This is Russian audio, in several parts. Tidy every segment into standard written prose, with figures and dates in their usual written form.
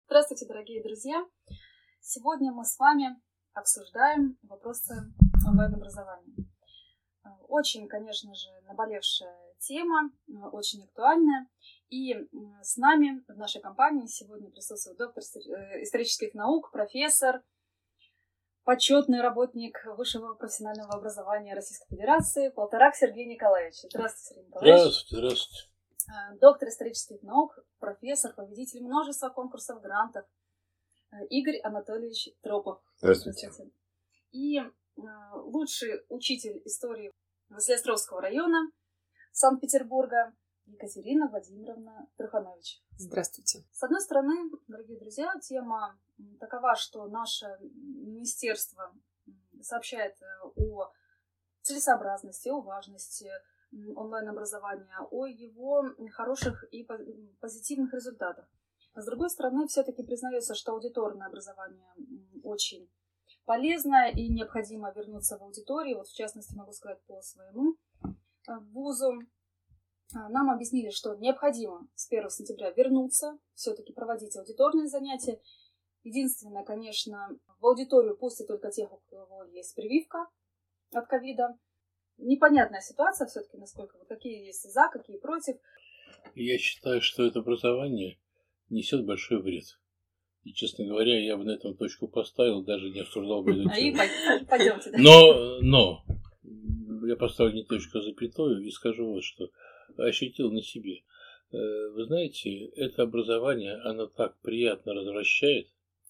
Здравствуйте, дорогие друзья! Сегодня мы с вами обсуждаем вопросы онлайн-образования. Очень, конечно же, наболевшая тема, очень актуальная. И с нами в нашей компании сегодня присутствует доктор исторических наук, профессор, почетный работник высшего профессионального образования Российской Федерации Полторак Сергей Николаевич. Здравствуйте, Сергей Николаевич. Здравствуйте. Доктор исторических наук, профессор, победитель множества конкурсов, грантов Игорь Анатольевич Тропов. Здравствуйте. И лучший учитель истории Василеостровского района Санкт-Петербурга Екатерина Владимировна Труханович. Здравствуйте. С одной стороны, дорогие друзья, тема такова, что наше министерство сообщает о целесообразности, о важности онлайн-образования, о его хороших и позитивных результатах. А с другой стороны, все-таки признается, что аудиторное образование очень полезно и необходимо вернуться в аудиторию. Вот в частности могу сказать по своему вузу. Нам объяснили, что необходимо с 1 сентября вернуться, все-таки проводить аудиторные занятия. Единственное, конечно, в аудиторию пустят только тех, у кого есть прививка от ковида. Непонятная ситуация все-таки, насколько, вот какие есть за, какие против. Я считаю, что это образование несет большой вред. И, честно говоря, я бы на этом точку поставил, даже не обсуждал бы эту тему. Пойдемте. Но я поставлю не точку, а запятую и скажу вот что. Ощутил на себе. Вы знаете, это образование, оно так приятно развращает.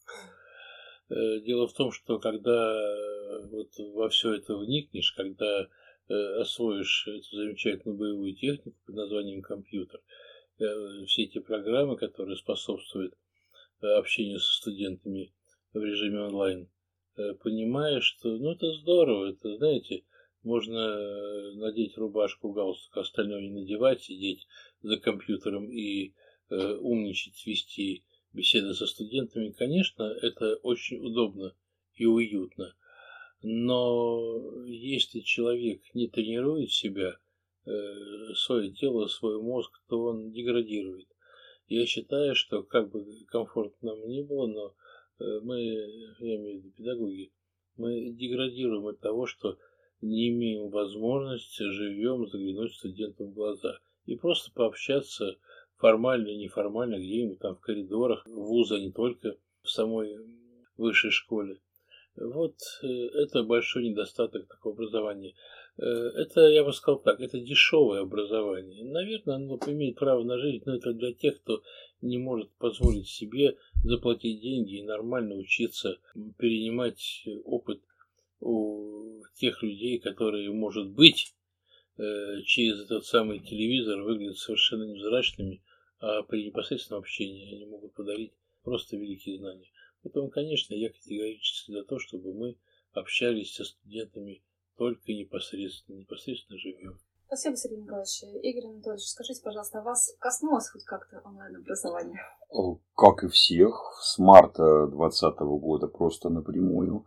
Дело в том, что когда вот во все это вникнешь, когда освоишь эту замечательную боевую технику под названием компьютер, все эти программы, которые способствуют общению со студентами в режиме онлайн, понимаешь, что это здорово, это, знаете, можно надеть рубашку, галстук, остальное не надевать, сидеть за компьютером и умничать, вести беседы со студентами. Конечно, это очень удобно и уютно. Но если человек не тренирует себя, свое тело, свой мозг, то он деградирует. Я считаю, что как бы комфортно нам ни было, но мы, я имею в виду педагоги, мы деградируем от того, что не имеем возможности живьем заглянуть студентам в глаза и просто пообщаться формально и неформально где-нибудь там в коридорах вуза, а не только в самой высшей школе. Вот это большой недостаток такого образования. Это, я бы сказал так, это дешевое образование. Наверное, оно имеет право на жизнь, но это для тех, кто не может позволить себе заплатить деньги и нормально учиться, перенимать опыт у тех людей, которые, может быть, через этот самый телевизор выглядят совершенно невзрачными, а при непосредственном общении они могут подарить просто великие знания. Поэтому, конечно, я категорически за то, чтобы мы общались со студентами только непосредственно живем. Спасибо, Сергей Николаевич. Игорь Анатольевич, скажите, пожалуйста, вас коснулось хоть как-то онлайн-образование? Как и всех, с марта 2020 года просто напрямую.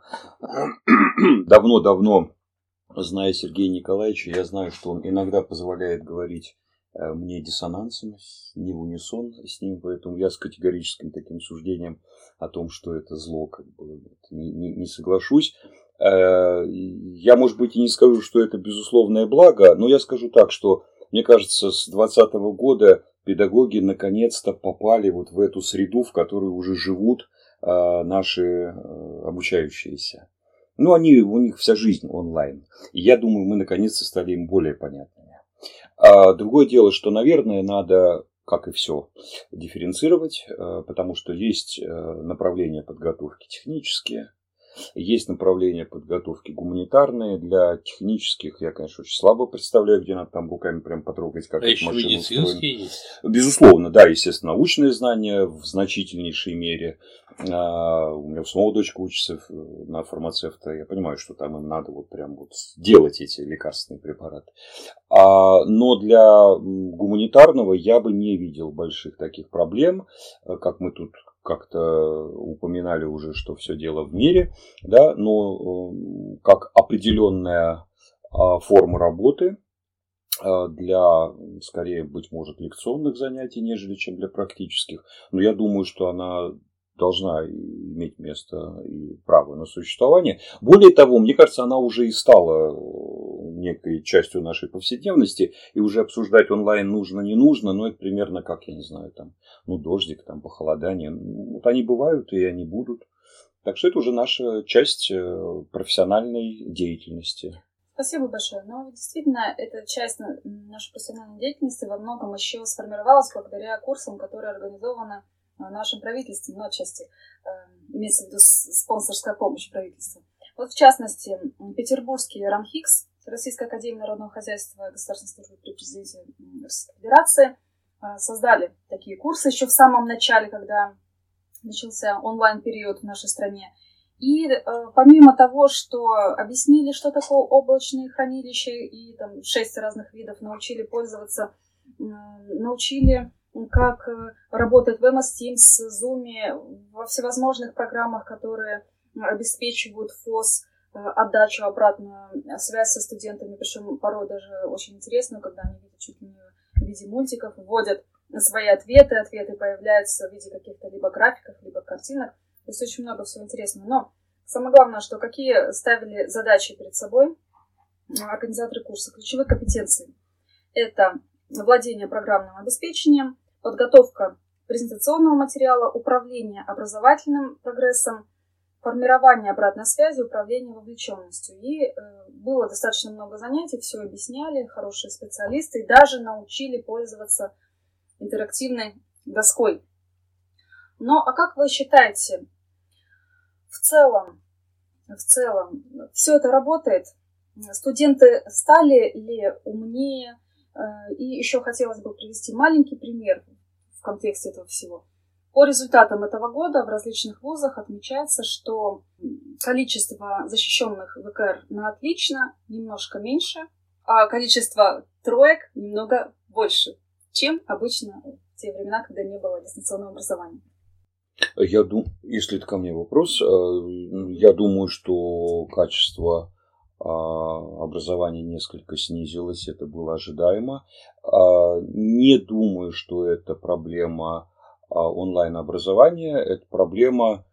Давно, зная Сергея Николаевича, я знаю, что он иногда позволяет говорить мне диссонансами, не в унисон с ним, поэтому я с категорическим таким суждением о том, что это зло, не соглашусь. Я, может быть, и не скажу, что это безусловное благо, но я скажу так, что, мне кажется, с 2020 года педагоги наконец-то попали вот в эту среду, в которой уже живут наши обучающиеся. У них вся жизнь онлайн. И я думаю, мы наконец-то стали им более понятными. Другое дело, что, наверное, надо, как и все, дифференцировать, потому что есть направления подготовки технические, есть направления подготовки гуманитарные. Для технических я, конечно, очень слабо представляю, где надо там руками прям потрогать, как эта машина устроена. Безусловно, да, естественно, научные знания в значительнейшей мере. У меня самого дочка учится на фармацевта. Я понимаю, что там им надо делать эти лекарственные препараты. Но для гуманитарного я бы не видел больших таких проблем, как мы тут как-то упоминали уже, что все дело в мире, да, но как определенная форма работы для, скорее, быть может, лекционных занятий, нежели чем для практических. Но я думаю, что она должна иметь место и право на существование. Более того, мне кажется, она уже и стала некой частью нашей повседневности, и уже обсуждать онлайн нужно, не нужно, но это примерно как, я не знаю, там, дождик, там, похолодание. Вот они бывают, и они будут. Так что это уже наша часть профессиональной деятельности. Спасибо большое. Но действительно, эта часть нашей профессиональной деятельности во многом еще сформировалась благодаря курсам, которые организованы нашим правительством, но отчасти имеется в виду спонсорская помощь правительства. Вот в частности, петербургский РАНХИКС, Российская академия народного хозяйства и государственной службы при президенте Российской Федерации, создали такие курсы еще в самом начале, когда начался онлайн-период в нашей стране. И помимо того, что объяснили, что такое облачные хранилища, и там 6 разных видов научили пользоваться, научили, как работать в MS Teams, Zoom, во всевозможных программах, которые обеспечивают ФОС, отдачу, обратную связь со студентами, причем порой даже очень интересную, когда они видят чуть ли не в виде мультиков, вводят свои ответы появляются в виде каких-то либо графиков, либо картинок. То есть очень много всего интересного. Но самое главное, что какие ставили задачи перед собой организаторы курса. Ключевые компетенции. Это владение программным обеспечением, подготовка презентационного материала, управление образовательным прогрессом, формирование обратной связи, управление вовлеченностью. И было достаточно много занятий, все объясняли, хорошие специалисты, и даже научили пользоваться интерактивной доской. Но, а как вы считаете, в целом, все это работает? Студенты стали ли умнее? И еще хотелось бы привести маленький пример в контексте этого всего. По результатам этого года в различных вузах отмечается, что количество защищенных ВКР на отлично немножко меньше, а количество троек немного больше, чем обычно в те времена, когда не было дистанционного образования. Я думаю, если это ко мне вопрос, я думаю, что качество образования несколько снизилось, это было ожидаемо. Не думаю, что это проблема онлайн-образования, это проблема,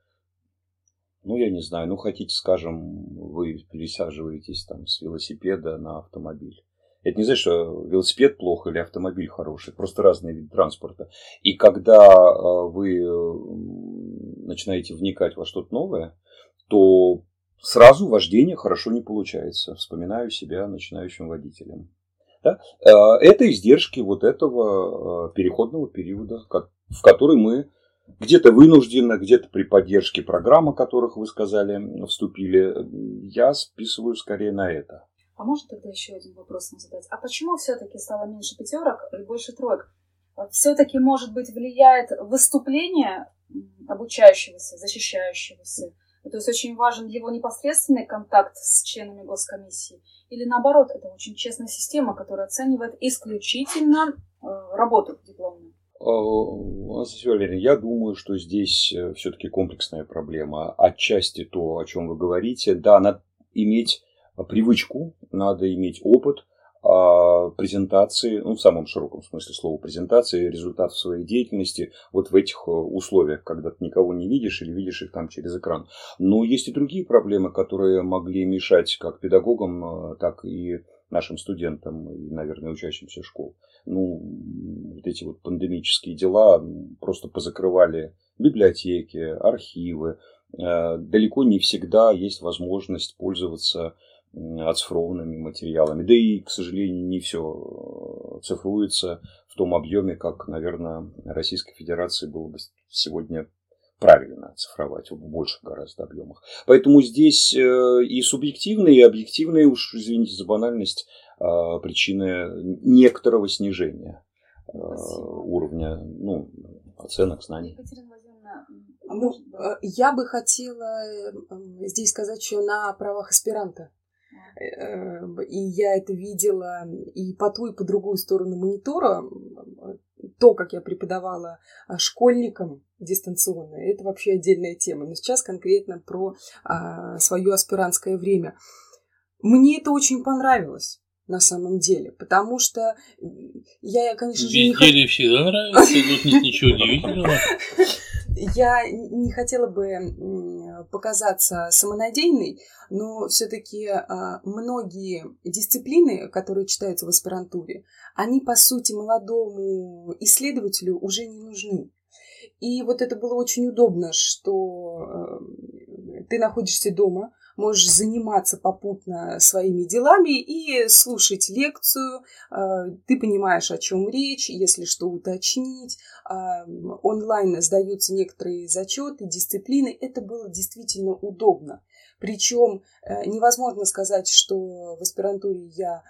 я не знаю, хотите, скажем, вы пересаживаетесь там с велосипеда на автомобиль. Это не значит, что велосипед плохо или автомобиль хороший, просто разные виды транспорта. И когда вы начинаете вникать во что-то новое, то сразу вождение хорошо не получается. Вспоминаю себя начинающим водителем. Да? Это издержки вот этого переходного периода, в который мы где-то вынужденно, где-то при поддержке программ, о которых вы сказали, вступили. Я списываю скорее на это. А можно тогда еще один вопрос вам задать? А почему все-таки стало меньше пятерок и больше троек? Все-таки, может быть, влияет выступление обучающегося, защищающегося? То есть очень важен его непосредственный контакт с членами госкомиссии? Или наоборот, это очень честная система, которая оценивает исключительно работу дипломную? Анастасия Валерьевна, я думаю, что здесь все-таки комплексная проблема. Отчасти то, о чем вы говорите, да, надо иметь привычку, надо иметь опыт презентации, в самом широком смысле слова презентации, результатов своей деятельности вот в этих условиях, когда ты никого не видишь или видишь их там через экран. Но есть и другие проблемы, которые могли мешать как педагогам, так и нашим студентам и, наверное, учащимся школ. Вот эти вот пандемические дела просто позакрывали библиотеки, архивы. Далеко не всегда есть возможность пользоваться оцифрованными материалами. Да и, к сожалению, не все цифруется в том объеме, как, наверное, Российской Федерации было бы сегодня правильно цифровать в больших гораздо объемах. Поэтому здесь и субъективные, и объективные, уж извините за банальность, причины некоторого снижения уровня оценок, знаний. Я бы хотела здесь сказать еще на правах аспиранта. И я это видела и по ту, и по другую сторону монитора. То, как я преподавала школьникам дистанционно, это вообще отдельная тема. Но сейчас конкретно про свое аспирантское время. Мне это очень понравилось. На самом деле, потому что я, конечно же, не хочу... всегда нравится, тут нет ничего удивительного. Я не хотела бы показаться самонадеянной, но все-таки многие дисциплины, которые читаются в аспирантуре, они, по сути, молодому исследователю уже не нужны. И вот это было очень удобно, что ты находишься дома, можешь заниматься попутно своими делами и слушать лекцию. Ты понимаешь, о чем речь, если что уточнить. Онлайн сдаются некоторые зачеты, дисциплины. Это было действительно удобно. Причем невозможно сказать, что в аспирантуре я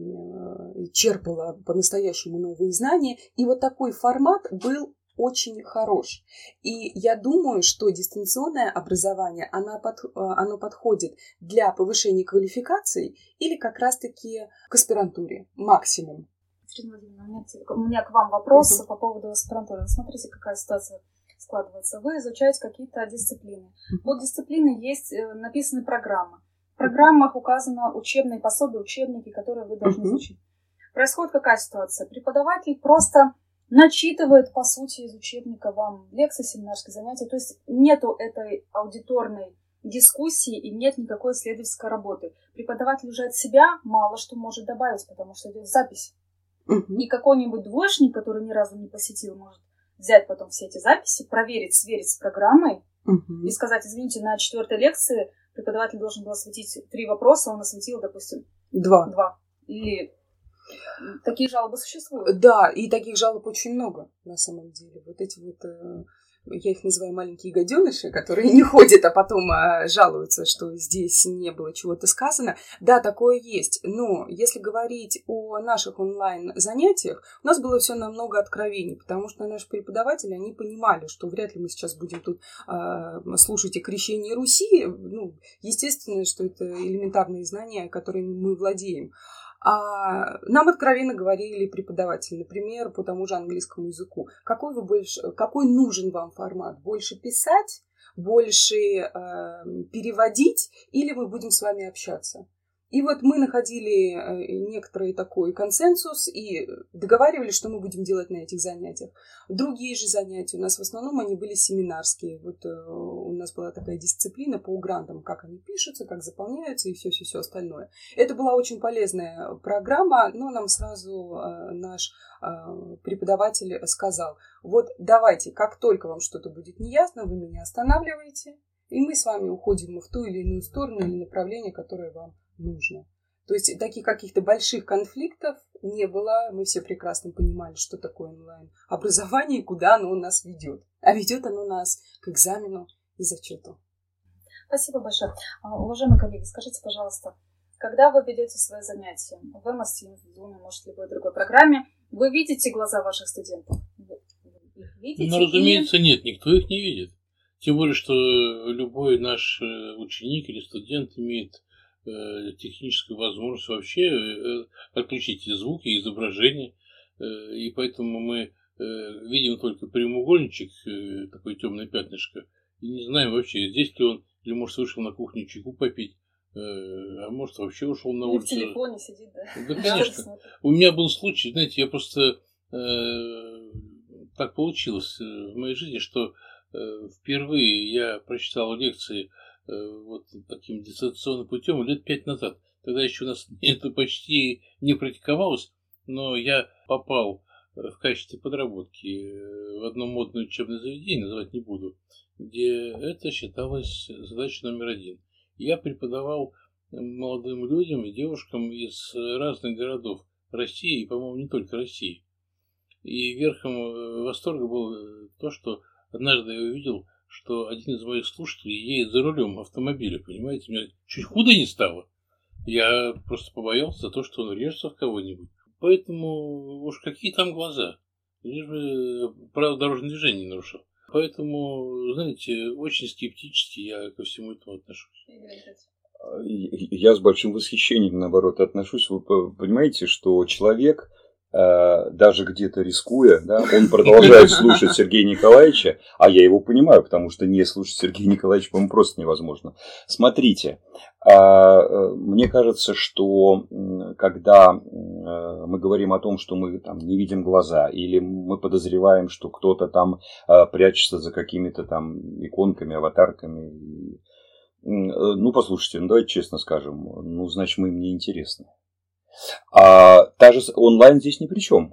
черпала по-настоящему новые знания. И вот такой формат был очень хорош. И я думаю, что дистанционное образование, оно подходит для повышения квалификации или как раз-таки к аспирантуре максимум. Екатерина Владимировна, у меня к вам вопрос по поводу аспирантуры. Смотрите, какая ситуация складывается. Вы изучаете какие-то дисциплины. Вот дисциплины есть, написаны программы. В программах указаны учебные пособия, учебники, которые вы должны изучить. Происходит какая ситуация? Преподаватель просто начитывает, по сути, из учебника вам лекции, семинарские занятия. То есть нету этой аудиторной дискуссии и нет никакой исследовательской работы. Преподаватель уже от себя мало что может добавить, потому что идет запись. И какой-нибудь двоечник, который ни разу не посетил, может взять потом все эти записи, проверить, сверить с программой и сказать: извините, на 4-й лекции преподаватель должен был осветить 3 вопроса, он осветил, допустим, 2. Или такие жалобы существуют? Да, и таких жалоб очень много, на самом деле. Вот эти вот, я их называю маленькие гаденыши, которые не ходят, а потом жалуются, что здесь не было чего-то сказано. Да, такое есть. Но если говорить о наших онлайн-занятиях, у нас было все намного откровенней, потому что наши преподаватели, они понимали, что вряд ли мы сейчас будем тут слушать о крещении Руси. Ну, естественно, что это элементарные знания, которыми мы владеем. Нам откровенно говорили преподаватели, например, по тому же английскому языку. Какой нужен вам формат? Больше писать, больше переводить, или мы будем с вами общаться? И вот мы находили некоторый такой консенсус и договаривались, что мы будем делать на этих занятиях. Другие же занятия у нас в основном они были семинарские. Вот у нас была такая дисциплина по грантам, как они пишутся, как заполняются и все остальное. Это была очень полезная программа, но нам сразу наш преподаватель сказал: вот давайте, как только вам что-то будет неясно, вы меня останавливаете, и мы с вами уходим в ту или иную сторону или направление, которое вам нужно. То есть таких каких-то больших конфликтов не было. Мы все прекрасно понимали, что такое онлайн-образование и куда оно нас ведет. А ведет оно нас к экзамену и зачету. Спасибо большое. Уважаемые коллеги, скажите, пожалуйста, когда вы ведете свои занятия в MS Teams, в Zoom, может, в любой другой программе, вы видите глаза ваших студентов? Их видите? Ну, разумеется, нет, никто их не видит. Тем более, что любой наш ученик или студент имеет техническую возможность вообще отключить и звук, и изображение. И поэтому мы видим только прямоугольничек, такое темное пятнышко, и не знаем вообще, здесь ли он, или, может, вышел на кухню чайку попить, а может, вообще ушел на улицу. В телефоне сидит, да? Да, конечно. У меня был случай, знаете, я просто так получилось в моей жизни, что впервые я прочитал лекции вот таким дистанционным путем лет 5 назад. Тогда еще у нас это почти не практиковалось, но я попал в качестве подработки в одно модное учебное заведение, называть не буду, где это считалось задачей номер 1. Я преподавал молодым людям и девушкам из разных городов России и, по-моему, не только России. И верхом восторга было то, что однажды я увидел, что один из моих слушателей едет за рулем автомобиля, понимаете, мне чуть худо не стало. Я просто побоялся за то, что он врежется в кого-нибудь. Поэтому уж какие там глаза, лишь бы правила дорожного движения не нарушал. Поэтому, знаете, очень скептически я ко всему этому отношусь. Я с большим восхищением, наоборот, отношусь. Вы понимаете, что человек даже где-то рискуя, да, он продолжает слушать Сергея Николаевича, а я его понимаю, потому что не слушать Сергея Николаевича, по-моему, просто невозможно. Смотрите, мне кажется, что когда мы говорим о том, что мы там не видим глаза, или мы подозреваем, что кто-то там прячется за какими-то там иконками, аватарками, ну, послушайте, ну, давайте честно скажем, ну, значит, мы им не интересны. А та же онлайн здесь ни при чем.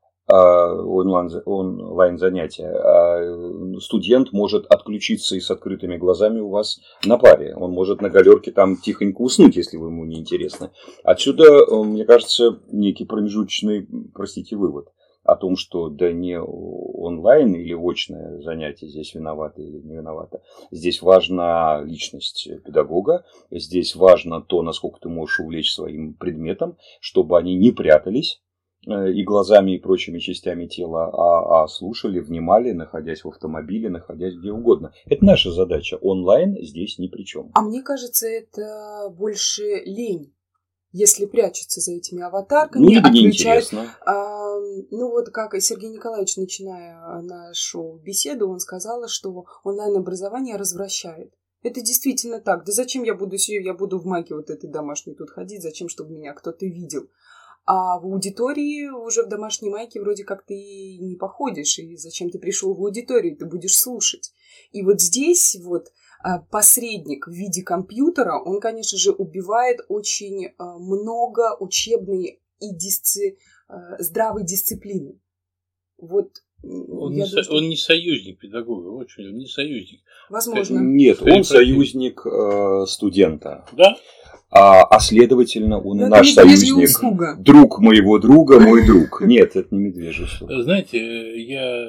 Онлайн занятия. Студент может отключиться и с открытыми глазами у вас на паре. Он может на галерке там тихонько уснуть, если вы ему не интересны. Отсюда, мне кажется, некий промежуточный, простите, вывод о том, что да не онлайн или очное занятие здесь виновато или не виновато. Здесь важна личность педагога, здесь важно то, насколько ты можешь увлечь своим предметом, чтобы они не прятались и глазами, и прочими частями тела, а слушали, внимали, находясь в автомобиле, находясь где угодно. Это наша задача. Онлайн здесь ни при чем. А мне кажется, это больше лень. Если прячется за этими аватарками, ну, отключает. Ну, вот как Сергей Николаевич, начиная нашу беседу, он сказал, что онлайн-образование развращает. Это действительно так. Да зачем я буду в майке вот этой домашней тут ходить? Зачем, чтобы меня кто-то видел? А в аудитории уже в домашней майке вроде как ты не походишь. И зачем ты пришел в аудиторию? Ты будешь слушать. И вот здесь вот посредник в виде компьютера, он, конечно же, убивает очень много учебной и здравой дисциплины. Вот, он не союзник педагога, очень он не союзник. Возможно. Нет, он союзник студента. Да? А следовательно, он и наш союзник. Услуга. Друг моего друга, мой друг. Нет, это не медвежья услуга. Знаете, я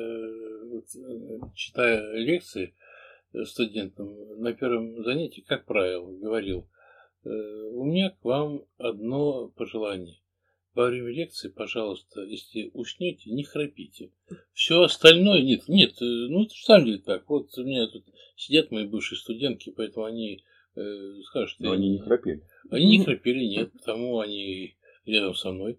читаю лекции студентам на первом занятии, как правило, говорил: у меня к вам одно пожелание. Во время лекции, пожалуйста, если уснете, не храпите. Все остальное нет, ну это же самом деле так. Вот у меня тут сидят мои бывшие студентки, поэтому они скажут... Но они не храпели. Они не храпели, нет, потому они рядом со мной.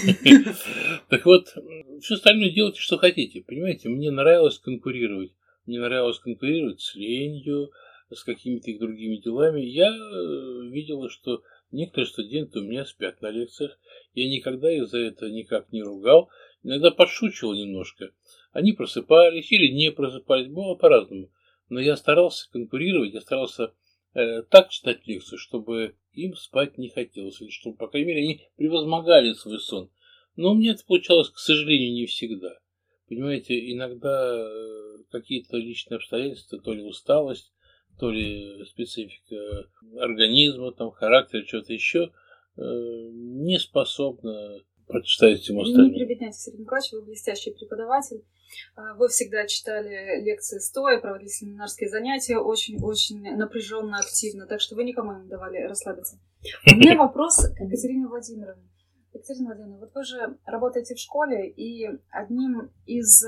Так вот, все остальное делайте, что хотите. Понимаете, мне нравилось конкурировать. Мне нравилось конкурировать с ленью, с какими-то их другими делами. Я видела, что некоторые студенты у меня спят на лекциях. Я никогда их за это никак не ругал. Иногда подшучивал немножко. Они просыпались или не просыпались. Было по-разному. Но я старался конкурировать, я старался так читать лекцию, чтобы им спать не хотелось. Или чтобы, по крайней мере, они превозмогали свой сон. Но у меня это получалось, к сожалению, не всегда. Понимаете, иногда какие-то личные обстоятельства, то ли усталость, то ли специфика организма, там, характера, что-то еще, не способна противостоять всему остальному. Не прибедняйтесь, Сергей Николаевич, вы блестящий преподаватель. Вы всегда читали лекции стоя, проводили семинарские занятия очень-очень напряженно, активно, так что вы никому не давали расслабиться. У меня вопрос к Екатерине Владимировне. Екатерина Владимировна, вот вы же работаете в школе, и одним из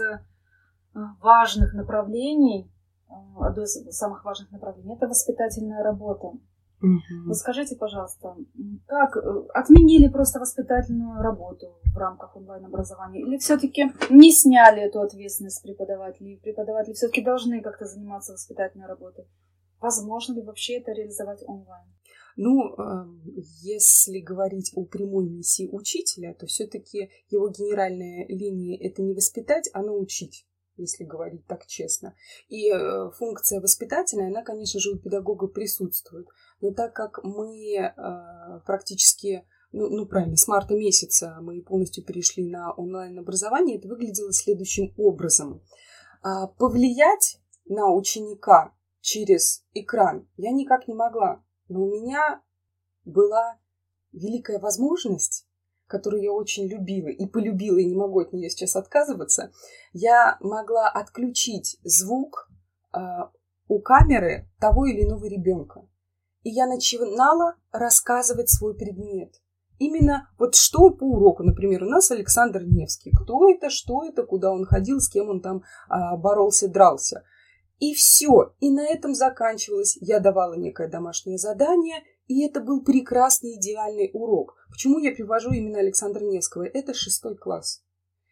важных направлений, одно из самых важных направлений, это воспитательная работа. Вот скажите, пожалуйста, как отменили просто воспитательную работу в рамках онлайн-образования, или все-таки не сняли эту ответственность с преподавателей, и преподаватели все-таки должны как-то заниматься воспитательной работой? Возможно ли вообще это реализовать онлайн? Ну, если говорить о прямой миссии учителя, то все-таки его генеральная линия – это не воспитать, а научить, если говорить так честно. И функция воспитательная, она, конечно же, у педагога присутствует. Но так как мы практически, правильно, с марта месяца мы полностью перешли на онлайн-образование, это выглядело следующим образом. Повлиять на ученика через экран я никак не могла. Но у меня была великая возможность, которую я очень любила и полюбила, и не могу от нее сейчас отказываться. Я могла отключить звук у камеры того или иного ребенка. И я начинала рассказывать свой предмет. Именно вот что по уроку. Например, у нас Александр Невский. Кто это, что это, куда он ходил, с кем он там боролся, дрался. И все. И на этом заканчивалось. Я давала некое домашнее задание, И это был прекрасный, идеальный урок. Почему я привожу именно Александра Невского? Это 6 класс.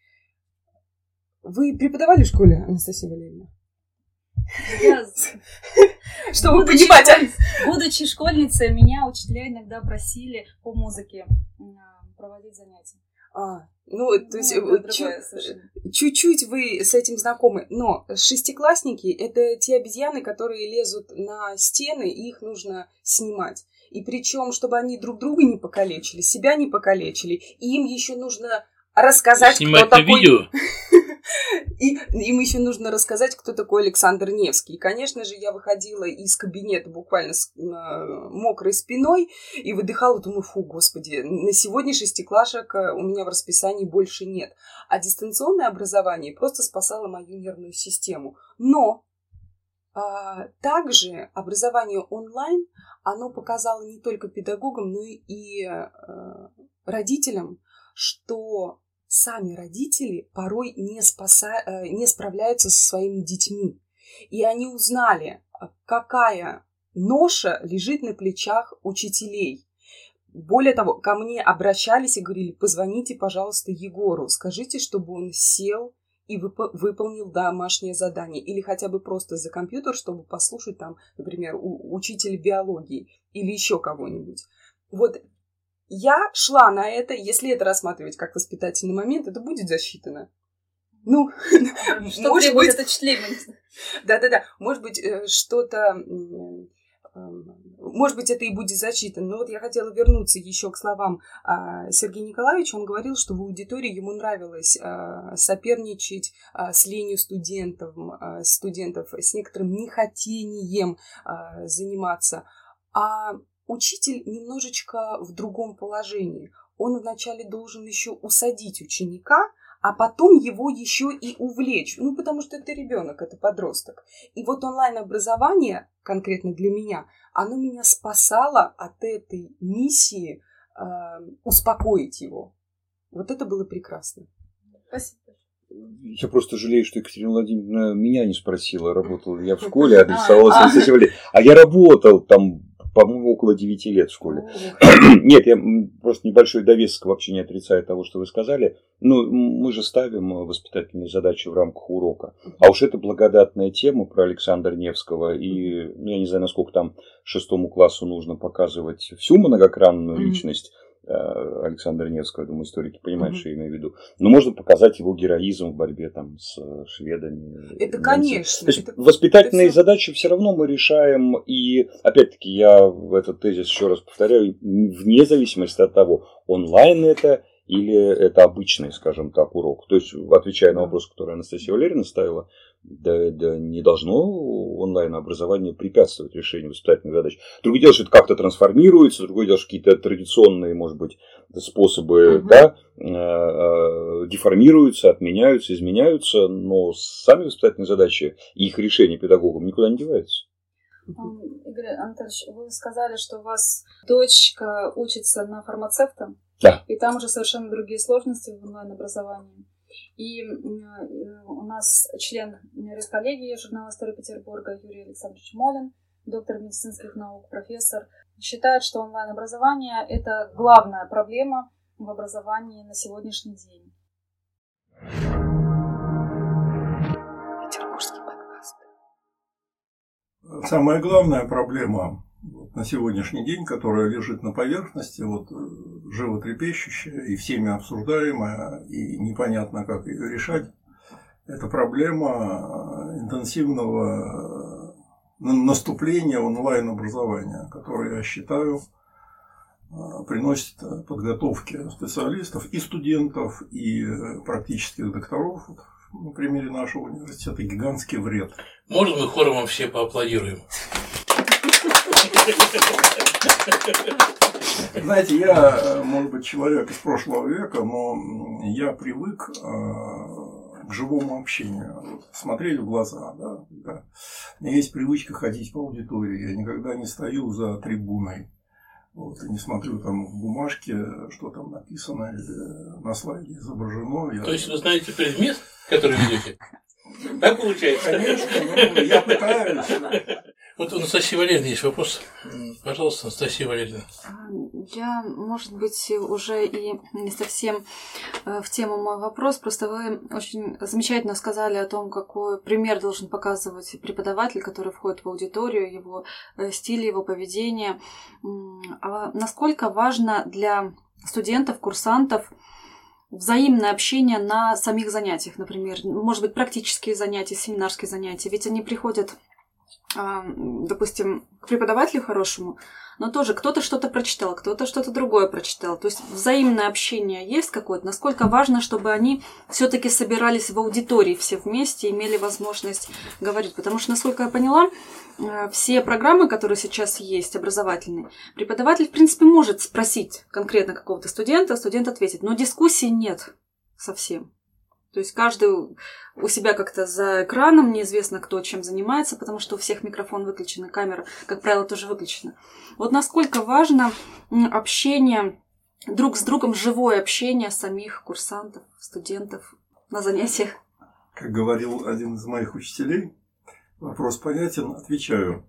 Вы преподавали в школе, Анастасия Валерьевна? Чтобы понимать. Будучи школьницей, меня учителя иногда просили по музыке проводить занятия. То есть чуть-чуть вы с этим знакомы. Но шестиклассники — это те обезьяны, которые лезут на стены, и их нужно снимать. И причем, чтобы они друг друга не покалечили, себя не покалечили, и им еще нужно рассказать, снимать кто такой... видео? И им еще нужно рассказать, кто такой Александр Невский. И, конечно же, я выходила из кабинета буквально с мокрой спиной и выдыхала, думаю, фу, господи, на сегодня шестиклашек у меня в расписании больше нет. А дистанционное образование просто спасало мою нервную систему. Но также образование онлайн, оно показало не только педагогам, но и родителям, что сами родители порой не справляются со своими детьми. И они узнали, какая ноша лежит на плечах учителей. Более того, ко мне обращались и говорили: позвоните, пожалуйста, Егору, скажите, чтобы он сел и выполнил домашнее задание. Или хотя бы просто за компьютер, чтобы послушать там, например, учителя биологии или еще кого-нибудь. Вот я шла на это, если это рассматривать как воспитательный момент, это будет засчитано. Ну, что может быть, это чтение. Да-да-да, может быть, что-то... Может быть, это и будет зачитано. Но вот я хотела вернуться еще к словам Сергея Николаевича. Он говорил, что в аудитории ему нравилось соперничать с ленью студентов, с некоторым нехотением заниматься. А учитель немножечко в другом положении. Он вначале должен еще усадить ученика, а потом его еще и увлечь. Ну, потому что это ребенок, это подросток. И вот онлайн-образование, конкретно для меня, оно меня спасало от этой миссии успокоить его. Вот это было прекрасно. Спасибо. Я просто жалею, что Екатерина Владимировна меня не спросила, работал я в школе, адресовалась Анастасия Валерьевна. А я работал там, по-моему, около 9 лет в школе. Нет, я просто небольшой довесок, вообще не отрицаю того, что вы сказали. Ну, мы же ставим воспитательные задачи в рамках урока. А уж это благодатная тема про Александра Невского. И я не знаю, насколько там 6 классу нужно показывать всю многогранную личность Александра Невского, я думаю, историки понимают, что я имею в виду. Но можно показать его героизм в борьбе там с шведами. Это, конечно. То есть воспитательные задачи все равно мы решаем. И, опять-таки, я этот тезис еще раз повторяю, вне зависимости от того, онлайн это или это обычный, скажем так, урок. То есть, отвечая на вопрос, который Анастасия Валерьевна ставила, да не должно онлайн-образование препятствовать решению воспитательных задач. Другое дело, что это как-то трансформируется, другое дело, что какие-то традиционные, может быть, способы деформируются, отменяются, изменяются, но сами воспитательные задачи и их решение педагогам никуда не деваются. Игорь Анатольевич, вы сказали, что у вас дочка учится на фармацевта, да. И там уже совершенно другие сложности в онлайн-образовании. И у нас член редколлегии журнала «История Петербурга» Юрий Александрович Молин, доктор медицинских наук, профессор, считает, что онлайн-образование – это главная проблема в образовании на сегодняшний день. Петербургский подкаст. Самая главная проблема на сегодняшний день, которая лежит на поверхности, вот животрепещущая и всеми обсуждаемая, и непонятно, как ее решать, это проблема интенсивного наступления онлайн-образования, которое, я считаю, приносит подготовке специалистов и студентов, и практических докторов, на примере нашего университета, гигантский вред. Можно мы хором вам все поаплодируем? Знаете, я, может быть, человек из прошлого века, но я привык к живому общению, смотреть в глаза. Да? У меня есть привычка ходить по аудитории, я никогда не стою за трибуной. Вот, и не смотрю там в бумажке, что там написано или на слайде изображено. То есть вы знаете предмет, который ведете? Так получается? Конечно, я пытаюсь. Вот у Анастасии Валерьевны есть вопрос. Пожалуйста, Анастасия Валерьевна. Я, может быть, уже и не совсем в тему мой вопрос, просто вы очень замечательно сказали о том, какой пример должен показывать преподаватель, который входит в аудиторию, его стиль, его поведение. А насколько важно для студентов, курсантов взаимное общение на самих занятиях, например, может быть, практические занятия, семинарские занятия, ведь они приходят, допустим, к преподавателю хорошему, но тоже кто-то что-то прочитал, кто-то что-то другое прочитал. То есть взаимное общение есть какое-то. Насколько важно, чтобы они все-таки собирались в аудитории все вместе, имели возможность говорить. Потому что, насколько я поняла, все программы, которые сейчас есть, образовательные, преподаватель, в принципе, может спросить конкретно какого-то студента, студент ответит, но дискуссии нет совсем. То есть каждый у себя как-то за экраном, неизвестно, кто чем занимается, потому что у всех микрофон выключен, и камера, как правило, тоже выключена. Вот насколько важно общение друг с другом, живое общение самих курсантов, студентов на занятиях. Как говорил один из моих учителей, вопрос понятен, отвечаю.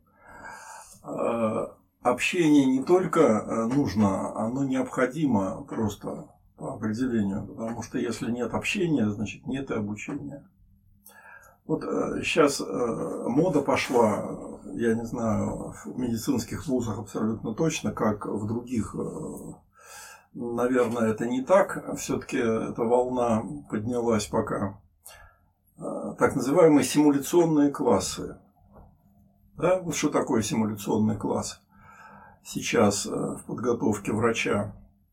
Общение не только нужно, оно необходимо просто по определению, потому что если нет общения, значит нет и обучения. Вот сейчас мода пошла, я не знаю, в медицинских вузах абсолютно точно, как в других, наверное, это не так. Все-таки эта волна поднялась пока. Так называемые симуляционные классы. Да? Вот что такое симуляционный класс сейчас в подготовке врача?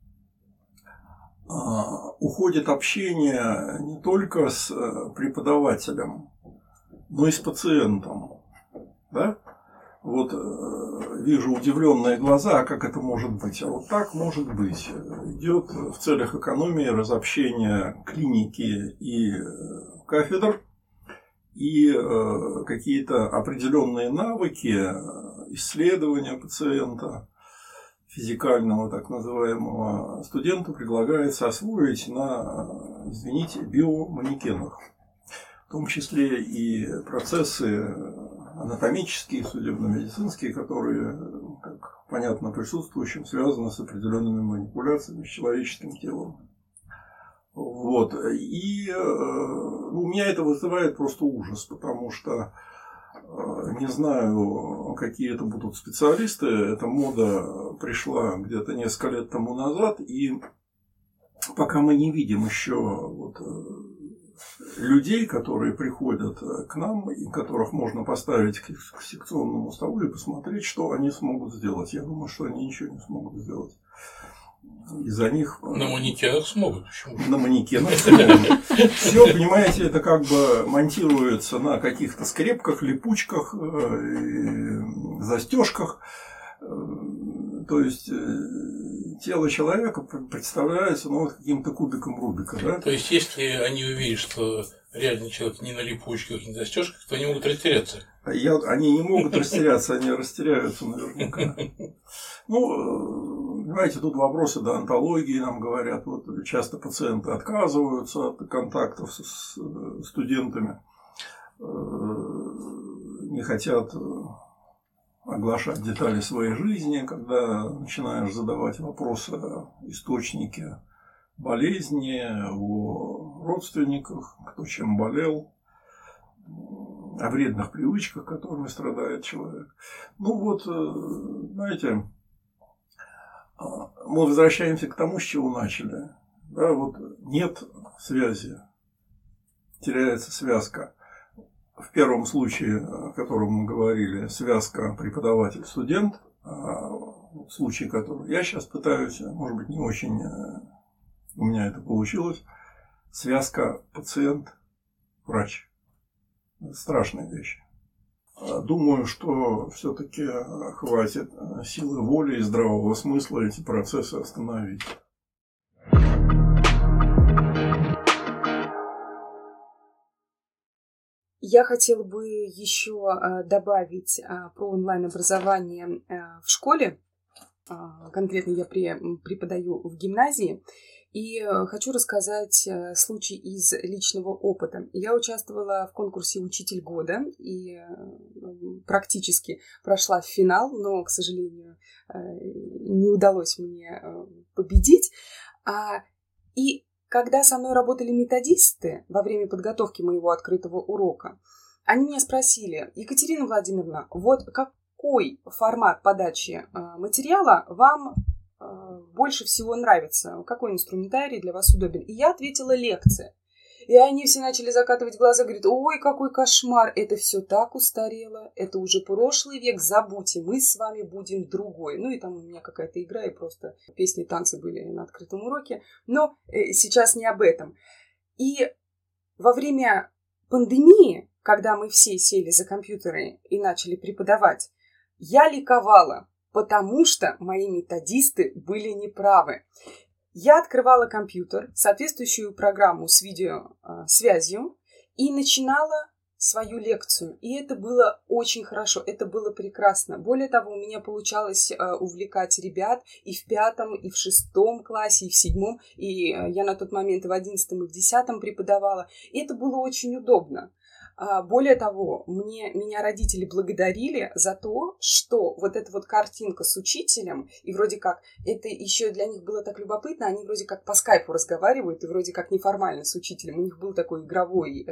Уходит общение не только с преподавателем, но и с пациентом. Да? Вот вижу удивленные глаза, как это может быть. А вот так может быть. Идет в целях экономии разобщения клиники и кафедр, и какие-то определенные навыки исследования пациента, физикального так называемого, студенту предлагается освоить на, извините, биоманекенах. В том числе и процессы анатомические, судебно-медицинские, которые, как понятно присутствующим, связаны с определенными манипуляциями с человеческим телом. Вот. И у меня это вызывает просто ужас, потому что не знаю, какие это будут специалисты. Эта мода пришла где-то несколько лет тому назад, и пока мы не видим еще вот людей, которые приходят к нам, и которых можно поставить к секционному столу и посмотреть, что они смогут сделать. Я думаю, что они ничего не смогут сделать. Из-за них... На манекенах смогут. Почему? На манекенах смогут. Все, понимаете, это как бы монтируется на каких-то скрепках, липучках, застежках. То есть тело человека представляется вот каким-то кубиком Рубика. Да? То есть, если они увидят, что реальный человек не на липучках, не на застежках, то они могут растеряться. Они не могут растеряться, они растеряются наверняка. Ну, понимаете, тут вопросы до онтологии нам говорят. Вот часто пациенты отказываются от контактов с студентами, не хотят оглашать детали своей жизни, когда начинаешь задавать вопросы о источнике болезни, о родственниках, кто чем болел, о вредных привычках, которыми страдает человек. Ну вот, знаете, мы возвращаемся к тому, с чего начали. Да, вот нет связи, теряется связка. В первом случае, о котором мы говорили, связка преподаватель-студент, в случае, который я сейчас пытаюсь, может быть, не очень у меня это получилось, связка пациент-врач. Страшная вещь. Думаю, что все-таки хватит силы воли и здравого смысла эти процессы остановить. Я хотела бы еще добавить про онлайн-образование в школе. Конкретно я преподаю в гимназии. И хочу рассказать случай из личного опыта. Я участвовала в конкурсе «Учитель года» и практически прошла в финал, но, к сожалению, не удалось мне победить. И когда со мной работали методисты во время подготовки моего открытого урока, они меня спросили: Екатерина Владимировна, вот какой формат подачи материала вам больше всего нравится? Какой инструментарий для вас удобен? И я ответила: лекция. И они все начали закатывать глаза, говорят: ой, какой кошмар, это все так устарело, это уже прошлый век, забудьте, мы с вами будем другой. Ну и там у меня какая-то игра, и просто песни, танцы были на открытом уроке, но сейчас не об этом. И во время пандемии, когда мы все сели за компьютеры и начали преподавать, я ликовала, потому что мои методисты были неправы. Я открывала компьютер, соответствующую программу с видеосвязью, и начинала свою лекцию. И это было очень хорошо, это было прекрасно. Более того, у меня получалось увлекать ребят и в 5, и в 6 классе, и в 7, и я на тот момент и в 11, и в 10 преподавала. И это было очень удобно. Более того, меня родители благодарили за то, что вот эта вот картинка с учителем, и вроде как это еще для них было так любопытно, они вроде как по скайпу разговаривают, и вроде как неформально с учителем, у них был такой игровой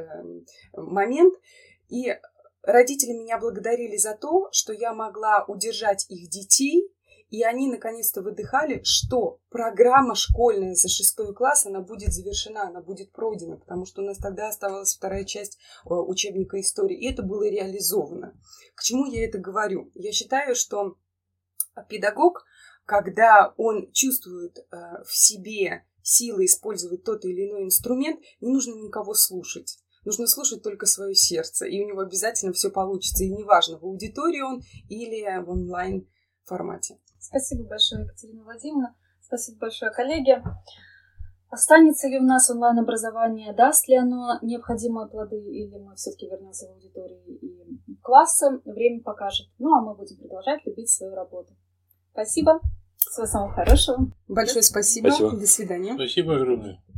момент, и родители меня благодарили за то, что я могла удержать их детей, и они наконец-то выдыхали, что программа школьная за 6 класс, она будет завершена, она будет пройдена, потому что у нас тогда оставалась 2 часть учебника истории, и это было реализовано. К чему я это говорю? Я считаю, что педагог, когда он чувствует в себе силы использовать тот или иной инструмент, не нужно никого слушать. Нужно слушать только свое сердце, и у него обязательно все получится, и неважно, в аудитории он или в онлайн-формате. Спасибо большое, Екатерина Владимировна. Спасибо большое, коллеги. Останется ли у нас онлайн-образование, даст ли оно необходимые плоды, или мы все-таки вернемся в аудитории и в классы, время покажет. Ну, а мы будем продолжать любить свою работу. Спасибо. Всего самого хорошего. Большое спасибо. До свидания. Спасибо огромное.